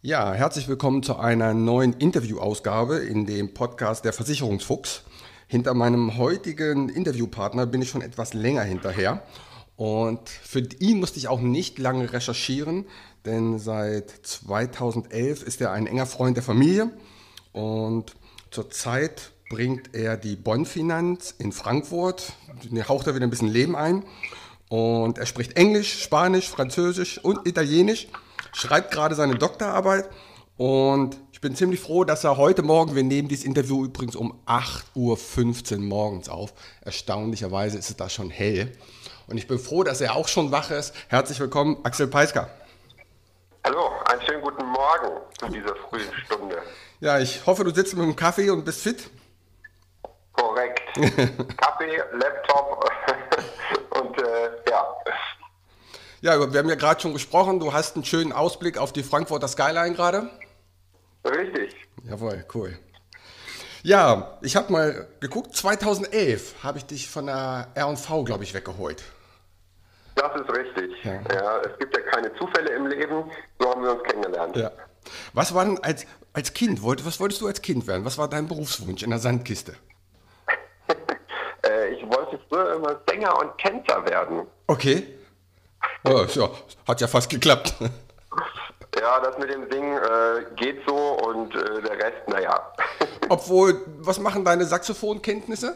Ja, herzlich willkommen zu einer neuen Interviewausgabe in dem Podcast Der Versicherungsfuchs. Hinter meinem heutigen Interviewpartner bin ich schon etwas länger hinterher und für ihn musste ich auch nicht lange recherchieren, denn seit 2011 ist er ein enger Freund der Familie und zurzeit bringt er die Bonfinanz in Frankfurt, haucht da wieder ein bisschen Leben ein und er spricht Englisch, Spanisch, Französisch und Italienisch, schreibt gerade seine Doktorarbeit und ich bin ziemlich froh, dass er heute Morgen, wir nehmen dieses Interview übrigens um 8:15 Uhr morgens auf, erstaunlicherweise ist es da schon hell und ich bin froh, dass er auch schon wach ist. Herzlich willkommen, Axel Peisker. Hallo, einen schönen guten Morgen zu dieser frühen Stunde. Ja, ich hoffe, du sitzt mit dem Kaffee und bist fit. Korrekt. Kaffee, Laptop und ja. Ja, wir haben ja gerade schon gesprochen, du hast einen schönen Ausblick auf die Frankfurter Skyline gerade. Richtig. Jawohl, cool. Ja, ich habe mal geguckt, 2011 habe ich dich von der R&V, glaube ich, weggeholt. Das ist richtig. Ja, es gibt ja keine Zufälle im Leben, so haben wir uns kennengelernt. Ja. Was war denn als Kind, was wolltest du als Kind werden? Was war dein Berufswunsch in der Sandkiste? Ich wollte früher immer Sänger und Tänzer werden. Okay. Ja, hat ja fast geklappt. Ja, das mit dem Singen geht so und der Rest, naja. Obwohl, was machen deine Saxophonkenntnisse?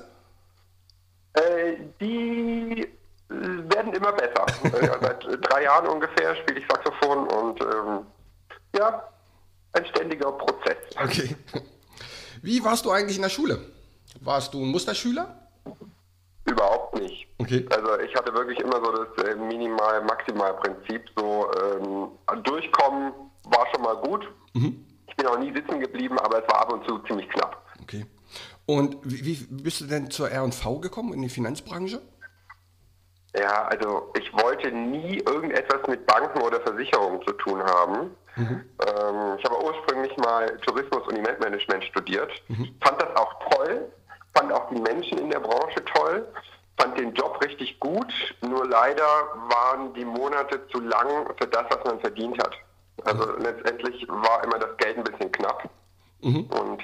Die werden immer besser. Seit 3 Jahren ungefähr spiele ich Saxophon und ja, ein ständiger Prozess. Okay. Wie warst du eigentlich in der Schule? Warst du ein Musterschüler? Überhaupt nicht. Okay. Also ich hatte wirklich immer so das Minimal-Maximal-Prinzip. So durchkommen war schon mal gut. Ich bin auch nie sitzen geblieben, aber es war ab und zu ziemlich knapp. Okay. Und wie bist du denn zur R&V gekommen, in die Finanzbranche? Ja, also ich wollte nie irgendetwas mit Banken oder Versicherungen zu tun haben. Ich habe ursprünglich mal Tourismus und Eventmanagement studiert. Fand das auch toll, fand auch die Menschen in der Branche toll, fand den Job richtig gut, nur leider waren die Monate zu lang für das, was man verdient hat. Also letztendlich war immer das Geld ein bisschen knapp. Und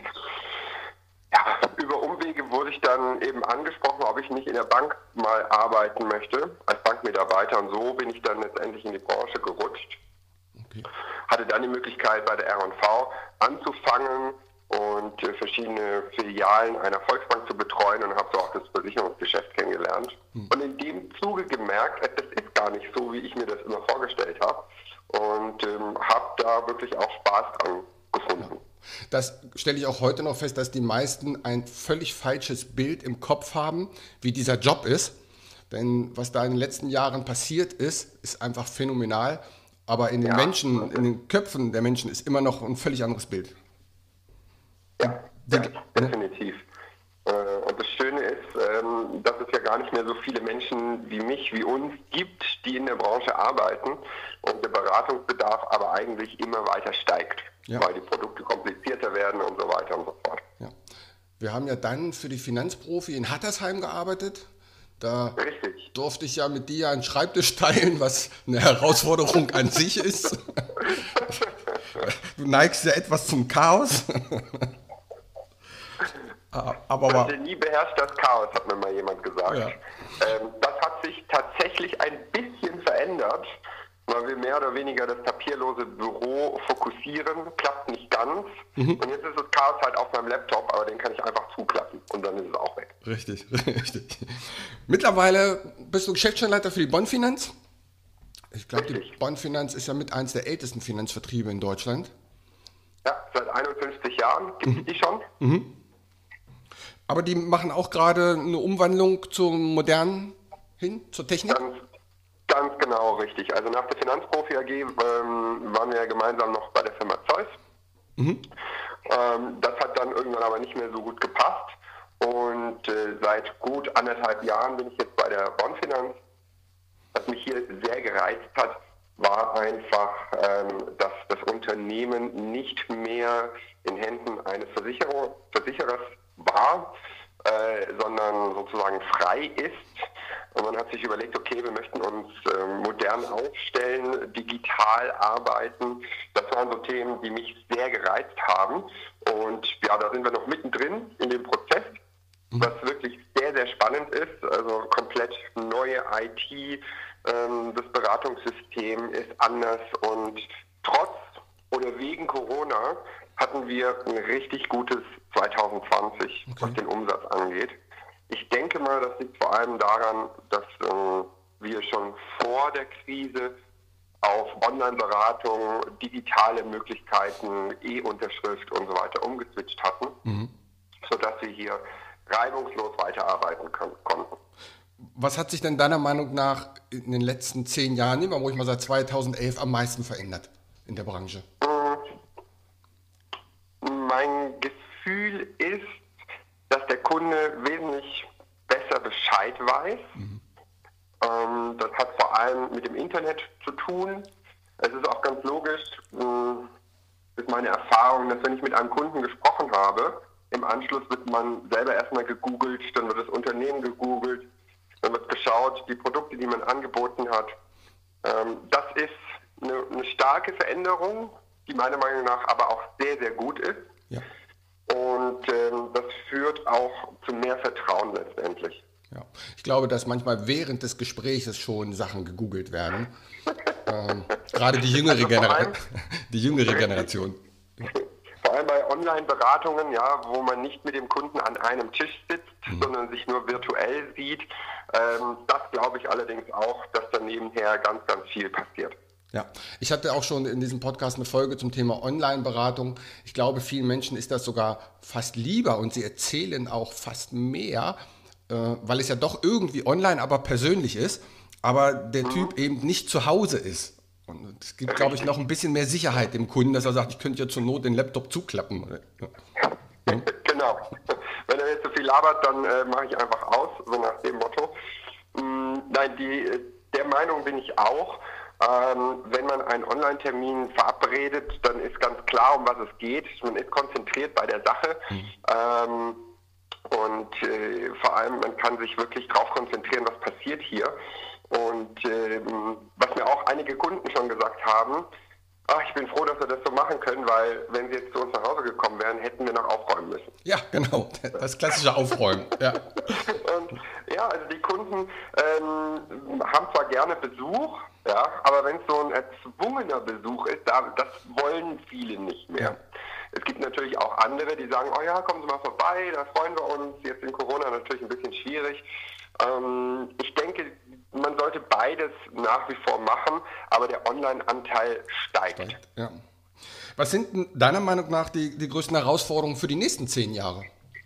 ja, über Umwege wurde ich dann eben angesprochen, ob ich nicht in der Bank mal arbeiten möchte, als Bankmitarbeiter. Und so bin ich dann letztendlich in die Branche gerutscht. Okay. Hatte dann die Möglichkeit, bei der R&V anzufangen und verschiedene Filialen einer Volksbank zu betreuen und habe so auch das Versicherungsgeschäft kennengelernt. Und in dem Zuge gemerkt, das ist gar nicht so, wie ich mir das immer vorgestellt habe. Und habe da wirklich auch Spaß dran gefunden. Das stelle ich auch heute noch fest, dass die meisten ein völlig falsches Bild im Kopf haben, wie dieser Job ist. Denn was da in den letzten Jahren passiert ist, ist einfach phänomenal. Aber in den Menschen, in den Köpfen der Menschen ist immer noch ein völlig anderes Bild. Ja, definitiv. Und das Schöne ist, dass es ja gar nicht mehr so viele Menschen wie mich, wie uns gibt, die in der Branche arbeiten und der Beratungsbedarf aber eigentlich immer weiter steigt, weil die Produkte komplizierter werden und so weiter und so fort. Ja. Wir haben ja dann für die Finanzprofi in Hattersheim gearbeitet. Da durfte ich ja mit dir einen Schreibtisch teilen, was eine Herausforderung an sich ist. Du neigst ja etwas zum Chaos. Aber nie beherrscht das Chaos, hat mir mal jemand gesagt. Ja. Das hat sich tatsächlich ein bisschen verändert, weil wir mehr oder weniger das papierlose Büro fokussieren. Klappt nicht ganz. Und jetzt ist das Chaos halt auf meinem Laptop, aber den kann ich einfach zuklappen und dann ist es auch weg. Richtig, richtig. Mittlerweile bist du Geschäftsstellenleiter für die Bonfinanz. Ich glaube, die Bonfinanz ist ja mit eins der ältesten Finanzvertriebe in Deutschland. Ja, seit 51 Jahren gibt es die schon. Aber die machen auch gerade eine Umwandlung zum Modernen hin, zur Technik? Ganz genau richtig. Also nach der Finanzprofi AG waren wir ja gemeinsam noch bei der Firma Zeus. Das hat dann irgendwann aber nicht mehr so gut gepasst. Und seit gut 1,5 Jahren bin ich jetzt bei der Bonfinanz. Was mich hier sehr gereizt hat, war einfach, dass das Unternehmen nicht mehr in Händen eines Versicherers war, sondern sozusagen frei ist, Und man hat sich überlegt, okay, wir möchten uns modern aufstellen, digital arbeiten. Das waren so Themen, die mich sehr gereizt haben. Und ja, da sind wir noch mittendrin in dem Prozess, was wirklich sehr, sehr spannend ist. Also komplett neue IT, das Beratungssystem ist anders. Und trotz oder wegen Corona hatten wir ein richtig gutes 2020, was den Umsatz angeht. Ich denke mal, das liegt vor allem daran, dass wir schon vor der Krise auf Online-Beratung, digitale Möglichkeiten, E-Unterschrift und so weiter umgeswitcht hatten, sodass wir hier reibungslos weiterarbeiten konnten. Was hat sich denn deiner Meinung nach in den letzten 10 Jahren, nehmen wir ruhig mal seit 2011, am meisten verändert in der Branche? Mein Gefühl ist, dass der Kunde wesentlich besser Bescheid weiß. Das hat vor allem mit dem Internet zu tun. Es ist auch ganz logisch, ist meine Erfahrung, dass wenn ich mit einem Kunden gesprochen habe, im Anschluss wird man selber erstmal gegoogelt, dann wird das Unternehmen gegoogelt, dann wird geschaut, die Produkte, die man angeboten hat. Das ist eine starke Veränderung, die meiner Meinung nach aber auch sehr, sehr gut ist. Ja. Und das führt auch zu mehr Vertrauen letztendlich. Ja. Ich glaube, dass manchmal während des Gesprächs schon Sachen gegoogelt werden. Gerade die jüngere Generation. Vor allem bei Online-Beratungen, ja, wo man nicht mit dem Kunden an einem Tisch sitzt, sondern sich nur virtuell sieht. Das glaube ich allerdings auch, dass da nebenher ganz, ganz viel passiert. Ja, ich hatte auch schon in diesem Podcast eine Folge zum Thema Online-Beratung. Ich glaube, vielen Menschen ist das sogar fast lieber und sie erzählen auch fast mehr, weil es ja doch irgendwie online, aber persönlich ist, aber der Typ eben nicht zu Hause ist. Und es gibt, glaube ich, noch ein bisschen mehr Sicherheit dem Kunden, dass er sagt, ich könnte ja zur Not den Laptop zuklappen. Genau. Wenn er jetzt so viel labert, dann mache ich einfach aus, so nach dem Motto. Nein, der Meinung bin ich auch. Wenn man einen Online-Termin verabredet, dann ist ganz klar, um was es geht. Man ist konzentriert bei der Sache. Und vor allem, man kann sich wirklich darauf konzentrieren, was passiert hier. Und was mir auch einige Kunden schon gesagt haben, ich bin froh, dass wir das so machen können, weil wenn sie jetzt zu uns nach Hause gekommen wären, hätten wir noch aufräumen müssen. Ja, genau, das klassische Aufräumen. Ja. Und ja, also die Kunden haben zwar gerne Besuch, ja, aber wenn es so ein erzwungener Besuch ist, das wollen viele nicht mehr. Ja. Es gibt natürlich auch andere, die sagen, oh ja, kommen Sie mal vorbei, da freuen wir uns. Jetzt in Corona natürlich ein bisschen schwierig. Ich denke, man sollte beides nach wie vor machen, aber der Online-Anteil steigt. Ja. Was sind denn deiner Meinung nach die größten Herausforderungen für die nächsten 10 Jahre?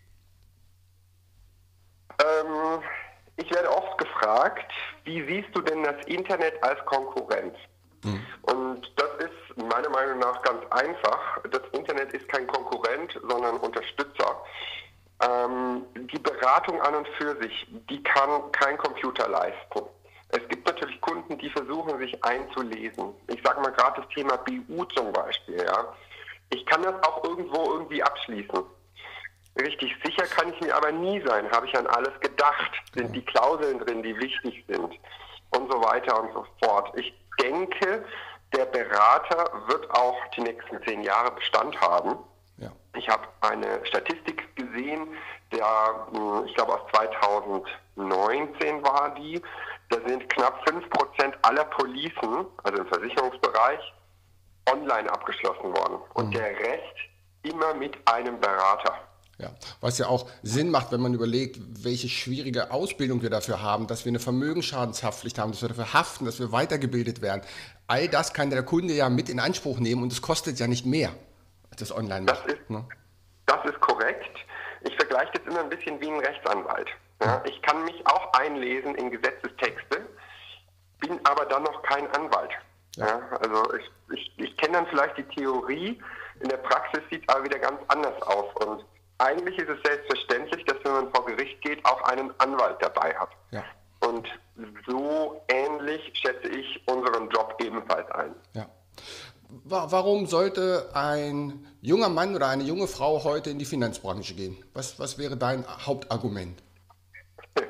Ich werde oft gefragt, wie siehst du denn das Internet als Konkurrenz? Und das ist meiner Meinung nach ganz einfach. Das Internet ist kein Konkurrent, sondern Unterstützer. Die Beratung an und für sich, die kann kein Computer leisten. Es gibt natürlich Kunden, die versuchen, sich einzulesen. Ich sage mal gerade das Thema BU zum Beispiel. Ja. Ich kann das auch irgendwie abschließen. Richtig sicher kann ich mir aber nie sein. Habe ich an alles gedacht? Sind die Klauseln drin, die wichtig sind? Und so weiter und so fort. Ich denke, der Berater wird auch die nächsten 10 Jahre Bestand haben. Ja. Ich habe eine Statistik gesehen, ich glaube aus 2019 war die. Da sind knapp 5% aller Policen, also im Versicherungsbereich, online abgeschlossen worden. Und der Rest immer mit einem Berater. Ja, was ja auch Sinn macht, wenn man überlegt, welche schwierige Ausbildung wir dafür haben, dass wir eine Vermögensschadenshaftpflicht haben, dass wir dafür haften, dass wir weitergebildet werden. All das kann der Kunde ja mit in Anspruch nehmen und es kostet ja nicht mehr, als das online macht. Das ist korrekt. Ich vergleiche das immer ein bisschen wie ein Rechtsanwalt. Ja, ich kann mich auch einlesen in Gesetzestexte, bin aber dann noch kein Anwalt. Ja, also ich kenne dann vielleicht die Theorie, in der Praxis sieht es aber wieder ganz anders aus. Und eigentlich ist es selbstverständlich, dass wenn man vor Gericht geht, auch einen Anwalt dabei hat. Ja. Und so ähnlich schätze ich unseren Job ebenfalls ein. Ja. Warum sollte ein junger Mann oder eine junge Frau heute in die Finanzbranche gehen? Was wäre dein Hauptargument?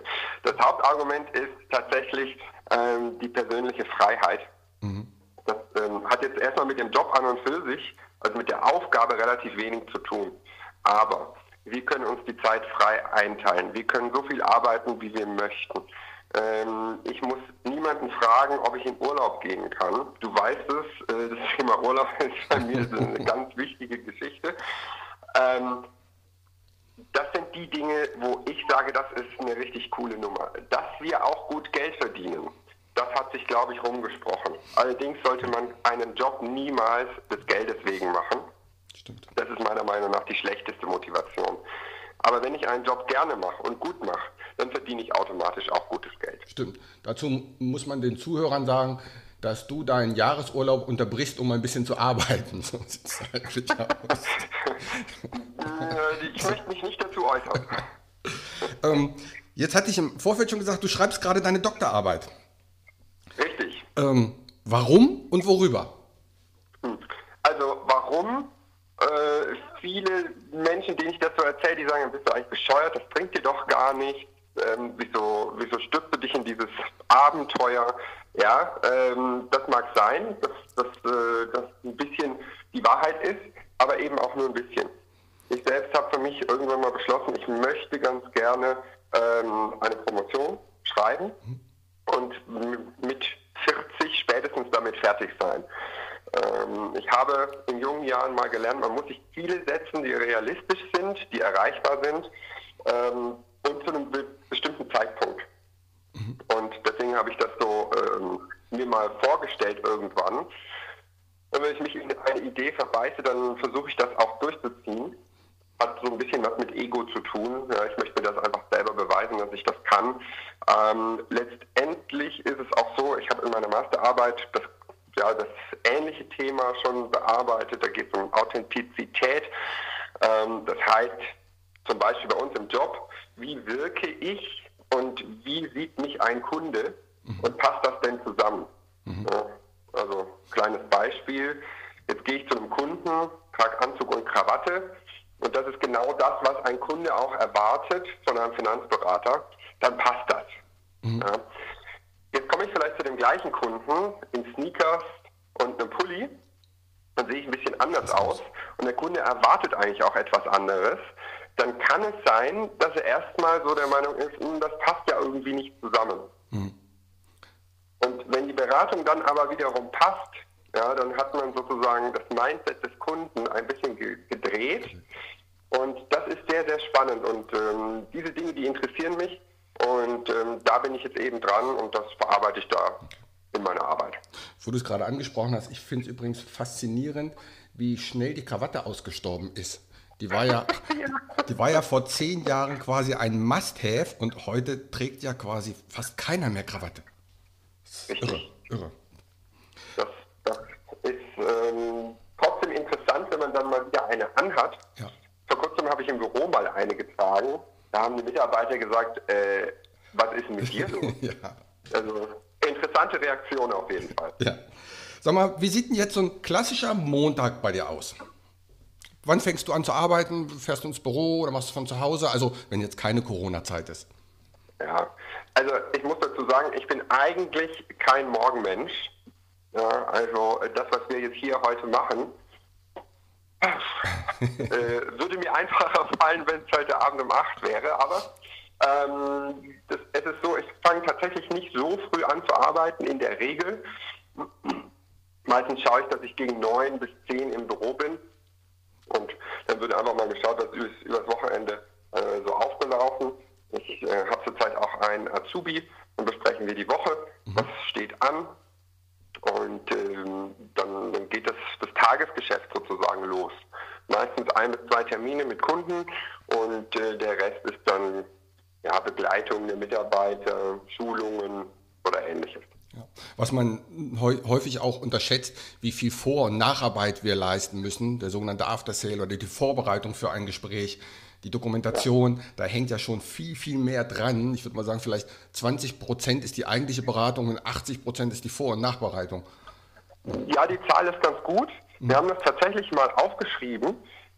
Das Hauptargument ist tatsächlich die persönliche Freiheit. Das hat jetzt erstmal mit dem Job an und für sich, also mit der Aufgabe relativ wenig zu tun. Aber wir können uns die Zeit frei einteilen. Wir können so viel arbeiten, wie wir möchten. Ich muss niemanden fragen, ob ich in Urlaub gehen kann. Du weißt es, das Thema Urlaub ist bei mir eine ganz wichtige Geschichte. Das sind die Dinge, wo ich sage, das ist eine richtig coole Nummer. Dass wir auch gut Geld verdienen, das hat sich, glaube ich, rumgesprochen. Allerdings sollte man einen Job niemals des Geldes wegen machen. Stimmt. Das ist meiner Meinung nach die schlechteste Motivation. Aber wenn ich einen Job gerne mache und gut mache, dann verdiene ich automatisch auch gutes Geld. Stimmt. Dazu muss man den Zuhörern sagen, dass du deinen Jahresurlaub unterbrichst, um ein bisschen zu arbeiten. So sieht es eigentlich aus. Ich möchte mich nicht dazu äußern. Jetzt hatte ich im Vorfeld schon gesagt, du schreibst gerade deine Doktorarbeit. Richtig. Warum und worüber? Also warum? Viele Menschen, denen ich das so erzähle, die sagen, bist du eigentlich bescheuert, das bringt dir doch gar nichts. Wieso stürzt du dich in dieses Abenteuer? Ja, das mag sein, dass ein bisschen die Wahrheit ist, aber eben auch nur ein bisschen. Ich selbst habe für mich irgendwann mal beschlossen, ich möchte ganz gerne eine Promotion schreiben und mit 40 spätestens damit fertig sein. Ich habe in jungen Jahren mal gelernt, man muss sich Ziele setzen, die realistisch sind, die erreichbar sind und zu einem bestimmten Zeitpunkt. Und deswegen habe ich das so mir mal vorgestellt irgendwann. Und wenn ich mich in eine Idee verbeiße, dann versuche ich das auch durchzuziehen. Hat so ein bisschen was mit Ego zu tun. Ja, ich möchte mir das einfach selber beweisen, dass ich das kann. Letztendlich ist es auch so, ich habe in meiner Masterarbeit das ähnliche Thema schon bearbeitet. Da geht es um Authentizität. Das heißt, zum Beispiel bei uns im Job, wie wirke ich und wie sieht mich ein Kunde und passt das denn zusammen? Ja, also, kleines Beispiel. Jetzt gehe ich zu einem Kunden, trage Anzug und Krawatte und das ist genau das, was ein Kunde auch erwartet von einem Finanzberater. Dann passt das. Ja. Jetzt komme ich vielleicht zu dem gleichen Kunden in Sneakers und einem Pulli, dann sehe ich ein bisschen anders aus und der Kunde erwartet eigentlich auch etwas anderes. Dann kann es sein, dass er erstmal so der Meinung ist, das passt ja irgendwie nicht zusammen. Und wenn die Beratung dann aber wiederum passt, ja, dann hat man sozusagen das Mindset des Kunden ein bisschen gedreht und das ist sehr, sehr spannend und diese Dinge, die interessieren mich. Und da bin ich jetzt eben dran und das verarbeite ich da in meiner Arbeit. Wo du es gerade angesprochen hast, ich finde es übrigens faszinierend, wie schnell die Krawatte ausgestorben ist. Die war ja vor 10 Jahren quasi ein Must-Have und heute trägt ja quasi fast keiner mehr Krawatte. Richtig. Irre. Das ist trotzdem interessant, wenn man dann mal wieder eine anhat. Ja. Vor kurzem habe ich im Büro mal eine getragen. Da haben die Mitarbeiter gesagt, was ist denn mit dir los? Ja. Also interessante Reaktion auf jeden Fall. Ja. Sag mal, wie sieht denn jetzt so ein klassischer Montag bei dir aus? Wann fängst du an zu arbeiten? Fährst du ins Büro oder machst du von zu Hause? Also wenn jetzt keine Corona-Zeit ist. Ja, also ich muss dazu sagen, ich bin eigentlich kein Morgenmensch. Ja, also das, was wir jetzt hier heute machen, würde mir einfacher fallen, wenn es heute Abend um 8 wäre, aber es ist so, ich fange tatsächlich nicht so früh an zu arbeiten, in der Regel. Meistens schaue ich, dass ich gegen 9 bis 10 im Büro bin und dann wird einfach mal geschaut, was über das Wochenende so aufgelaufen. Ich habe zurzeit auch einen Azubi und besprechen wir die Woche, was steht an. Und dann geht das Tagesgeschäft sozusagen los. Meistens 1 bis 2 Termine mit Kunden und der Rest ist dann Begleitung der Mitarbeiter, Schulungen oder Ähnliches. Ja. Was man häufig auch unterschätzt, wie viel Vor- und Nacharbeit wir leisten müssen, der sogenannte After-Sale oder die Vorbereitung für ein Gespräch, die Dokumentation, da hängt ja schon viel, viel mehr dran. Ich würde mal sagen, vielleicht 20% ist die eigentliche Beratung und 80% ist die Vor- und Nachbereitung. Ja, die Zahl ist ganz gut. Wir haben das tatsächlich mal aufgeschrieben.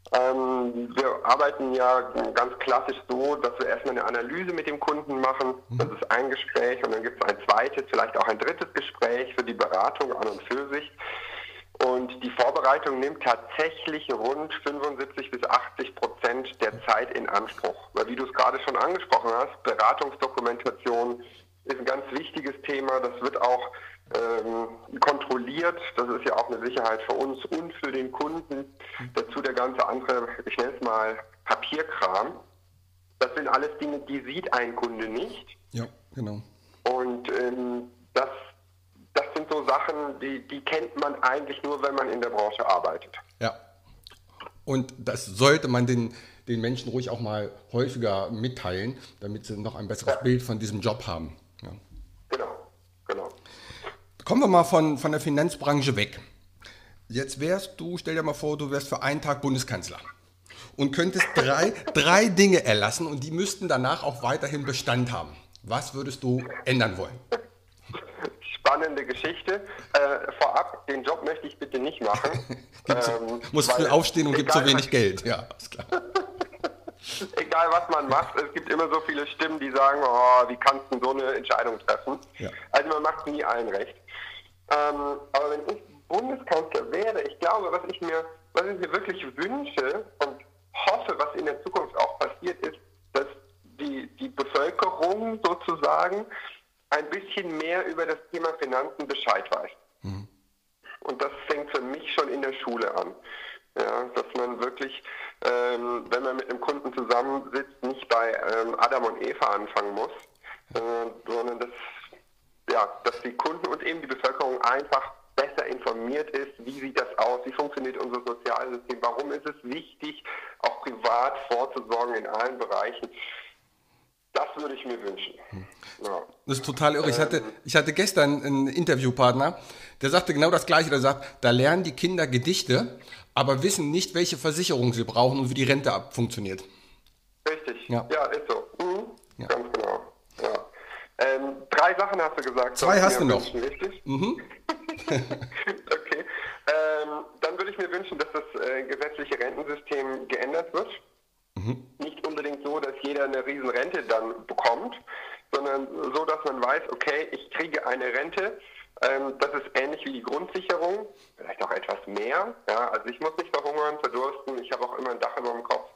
Wir arbeiten ja ganz klassisch so, dass wir erstmal eine Analyse mit dem Kunden machen. Das ist ein Gespräch und dann gibt es ein zweites, vielleicht auch ein drittes Gespräch für die Beratung an und für sich. Und die Vorbereitung nimmt tatsächlich rund 75 bis 80% der Zeit in Anspruch. Weil wie du es gerade schon angesprochen hast, Beratungsdokumentation ist ein ganz wichtiges Thema. Das wird auch kontrolliert. Das ist ja auch eine Sicherheit für uns und für den Kunden. Dazu der ganze andere, ich nenne es mal Papierkram. Das sind alles Dinge, die sieht ein Kunde nicht. Ja, genau. Und das sind so Sachen, die kennt man eigentlich nur, wenn man in der Branche arbeitet. Ja. Und das sollte man den Menschen ruhig auch mal häufiger mitteilen, damit sie noch ein besseres Bild von diesem Job haben. Ja. Genau. Kommen wir mal von der Finanzbranche weg. Jetzt stell dir mal vor, du wärst für einen Tag Bundeskanzler und könntest drei Dinge erlassen und die müssten danach auch weiterhin Bestand haben. Was würdest du ändern wollen? Spannende Geschichte. Vorab, den Job möchte ich bitte nicht machen. Muss früh aufstehen und gibt zu wenig Geld. Ja, ist klar. Egal was man macht, es gibt immer so viele Stimmen, die sagen, oh, wie kannst du so eine Entscheidung treffen? Ja. Also man macht nie allen recht. Aber wenn ich Bundeskanzler wäre, ich glaube, was ich mir wirklich wünsche und hoffe, was in der Zukunft auch passiert ist, dass die Bevölkerung sozusagen ein bisschen mehr über das Thema Finanzen Bescheid weiß. Mhm. Und das fängt für mich schon in der Schule an. Ja, dass man wirklich, wenn man mit einem Kunden zusammensitzt, nicht bei Adam und Eva anfangen muss, sondern dass die Kunden und eben die Bevölkerung einfach besser informiert ist, wie sieht das aus, wie funktioniert unser Sozialsystem, warum ist es wichtig, auch privat vorzusorgen in allen Bereichen. Das würde ich mir wünschen. Ja. Das ist total irre. Ich hatte gestern einen Interviewpartner, der sagte genau das Gleiche. Der sagt, da lernen die Kinder Gedichte, aber wissen nicht, welche Versicherung sie brauchen und wie die Rente funktioniert. Richtig, ja ist so. Mhm. Ja. Ganz genau. Ja. 3 Sachen hast du gesagt. 2 hast du noch. Richtig? Mhm. Okay. Dann würde ich mir wünschen, dass das gesetzliche Rentensystem geändert wird. Nicht unbedingt so, dass jeder eine Riesenrente dann bekommt, sondern so, dass man weiß, okay, ich kriege eine Rente, das ist ähnlich wie die Grundsicherung, vielleicht auch etwas mehr. Ja, also ich muss nicht verhungern, verdursten, ich habe auch immer ein Dach über dem Kopf.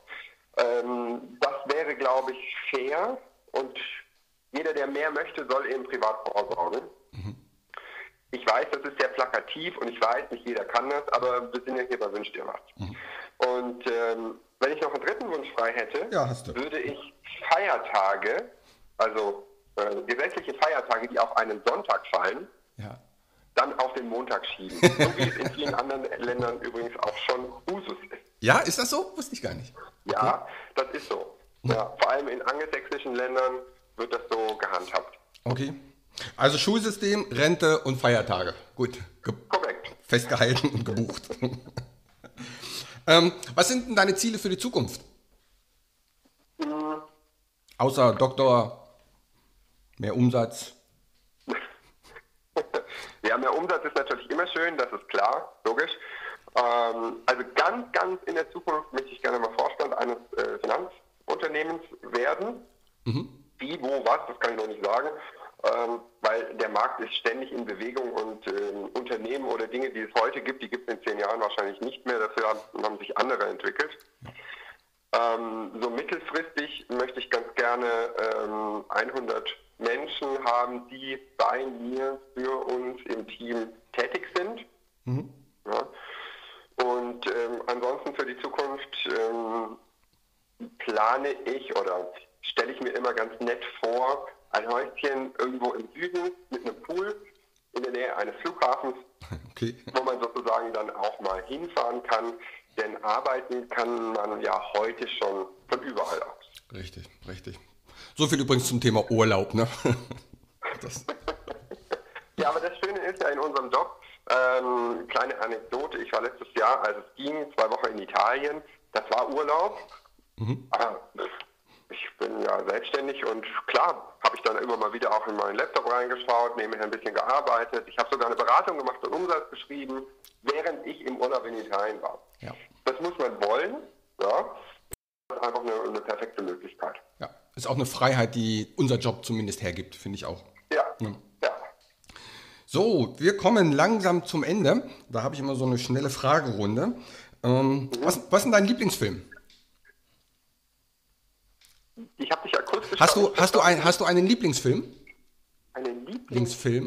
Das wäre, glaube ich, fair und jeder, der mehr möchte, soll eben privat vorsorgen. Ich weiß, das ist sehr plakativ und ich weiß, nicht jeder kann das, aber wir sind ja hier bei Wünsch dir was. Und wenn ich noch einen dritten Wunsch frei hätte, würde ich Feiertage, also gesetzliche Feiertage, die auf einen Sonntag fallen, dann auf den Montag schieben. So wie es in vielen anderen Ländern übrigens auch schon Usus ist. Ja, ist das so? Wusste ich gar nicht. Okay. Ja, das ist so. Ja, vor allem in angelsächsischen Ländern wird das so gehandhabt. Okay. Also Schulsystem, Rente und Feiertage. Gut. Korrekt. Festgehalten und gebucht. Was sind denn deine Ziele für die Zukunft? Außer Doktor, mehr Umsatz. Ja, mehr Umsatz ist natürlich immer schön, das ist klar, logisch. Also ganz in der Zukunft möchte ich gerne mal Vorstand eines Finanzunternehmens werden. Wie, wo, was, das kann ich noch nicht sagen. Weil der Markt ist ständig in Bewegung und Unternehmen oder Dinge, die es heute gibt, die gibt es in 10 Jahren wahrscheinlich nicht mehr. Dafür haben sich andere entwickelt. So mittelfristig möchte ich ganz gerne 100 Menschen haben, die bei mir für uns im Team tätig sind. Ja. Und ansonsten für die Zukunft plane ich oder stelle ich mir immer ganz nett vor, ein Häuschen irgendwo im Süden mit einem Pool in der Nähe eines Flughafens, wo man sozusagen dann auch mal hinfahren kann, denn arbeiten kann man ja heute schon von überall aus. Richtig. So viel übrigens zum Thema Urlaub, ne? Ja, aber das Schöne ist ja in unserem Job, kleine Anekdote, ich war letztes Jahr, als es ging, 2 Wochen in Italien, das war Urlaub. Ich bin ja selbstständig und klar, habe ich dann immer mal wieder auch in meinen Laptop reingeschaut, nebenher ein bisschen gearbeitet. Ich habe sogar eine Beratung gemacht und Umsatz geschrieben, während ich im Urlaub in Italien war. Ja. Das muss man wollen, Ja, das ist einfach eine perfekte Möglichkeit. Ja, ist auch eine Freiheit, die unser Job zumindest hergibt, finde ich auch. Ja, ja. So, wir kommen langsam zum Ende. Da habe ich immer so eine schnelle Fragerunde. Was ist denn dein Lieblingsfilm? Ich habe dich akustisch... Hast du einen Lieblingsfilm? Einen Lieblingsfilm?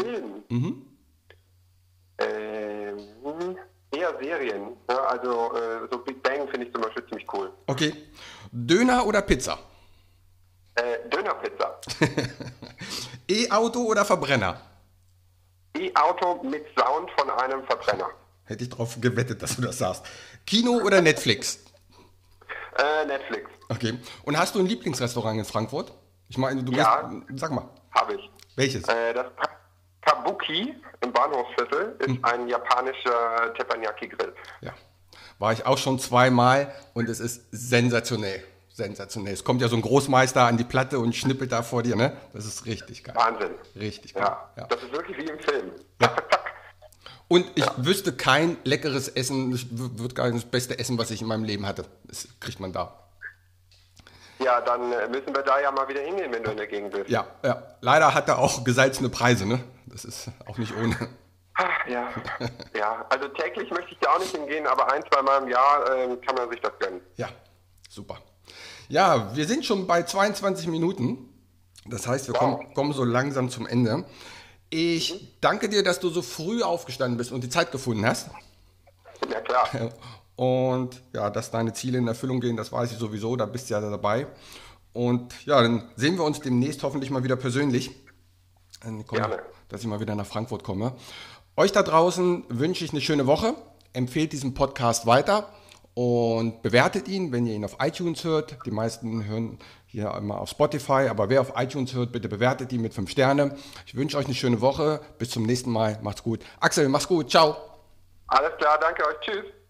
Eher Serien. Ja, also so Big Bang finde ich zum Beispiel ziemlich cool. Okay. Döner oder Pizza? Dönerpizza. E-Auto oder Verbrenner? E-Auto mit Sound von einem Verbrenner. Hätte ich darauf gewettet, dass du das sagst. Kino oder Netflix? Netflix. Okay. Und hast du ein Lieblingsrestaurant in Frankfurt? Ich meine, sag mal. Habe ich. Welches? Das Kabuki im Bahnhofsviertel ist ein japanischer Teppanyaki-Grill. Ja. War ich auch schon zweimal und es ist sensationell. Sensationell. Es kommt ja so ein Großmeister an die Platte und schnippelt da vor dir, ne? Das ist richtig geil. Wahnsinn. Richtig geil. Ja. Das ist wirklich wie im Film. Ja. Und ich wüsste kein leckeres Essen, ich würde gar nicht das beste Essen, was ich in meinem Leben hatte. Das kriegt man da. Ja, dann müssen wir da ja mal wieder hingehen, wenn du in der Gegend bist. Ja. Leider hat er auch gesalzene Preise, ne? Das ist auch nicht ohne. Ja, also täglich möchte ich da auch nicht hingehen, aber 1-2 Mal im Jahr kann man sich das gönnen. Ja, super. Ja, wir sind schon bei 22 Minuten. Das heißt, wir kommen so langsam zum Ende. Ich danke dir, dass du so früh aufgestanden bist und die Zeit gefunden hast. Ja, klar. Und ja, dass deine Ziele in Erfüllung gehen, das weiß ich sowieso, da bist du ja dabei. Und ja, dann sehen wir uns demnächst hoffentlich mal wieder persönlich. Gerne. Dass ich mal wieder nach Frankfurt komme. Euch da draußen wünsche ich eine schöne Woche. Empfehlt diesen Podcast weiter und bewertet ihn, wenn ihr ihn auf iTunes hört. Die meisten hören hier immer auf Spotify, aber wer auf iTunes hört, bitte bewertet ihn mit 5 Sterne. Ich wünsche euch eine schöne Woche. Bis zum nächsten Mal. Macht's gut. Axel, mach's gut. Ciao. Alles klar, danke euch. Tschüss.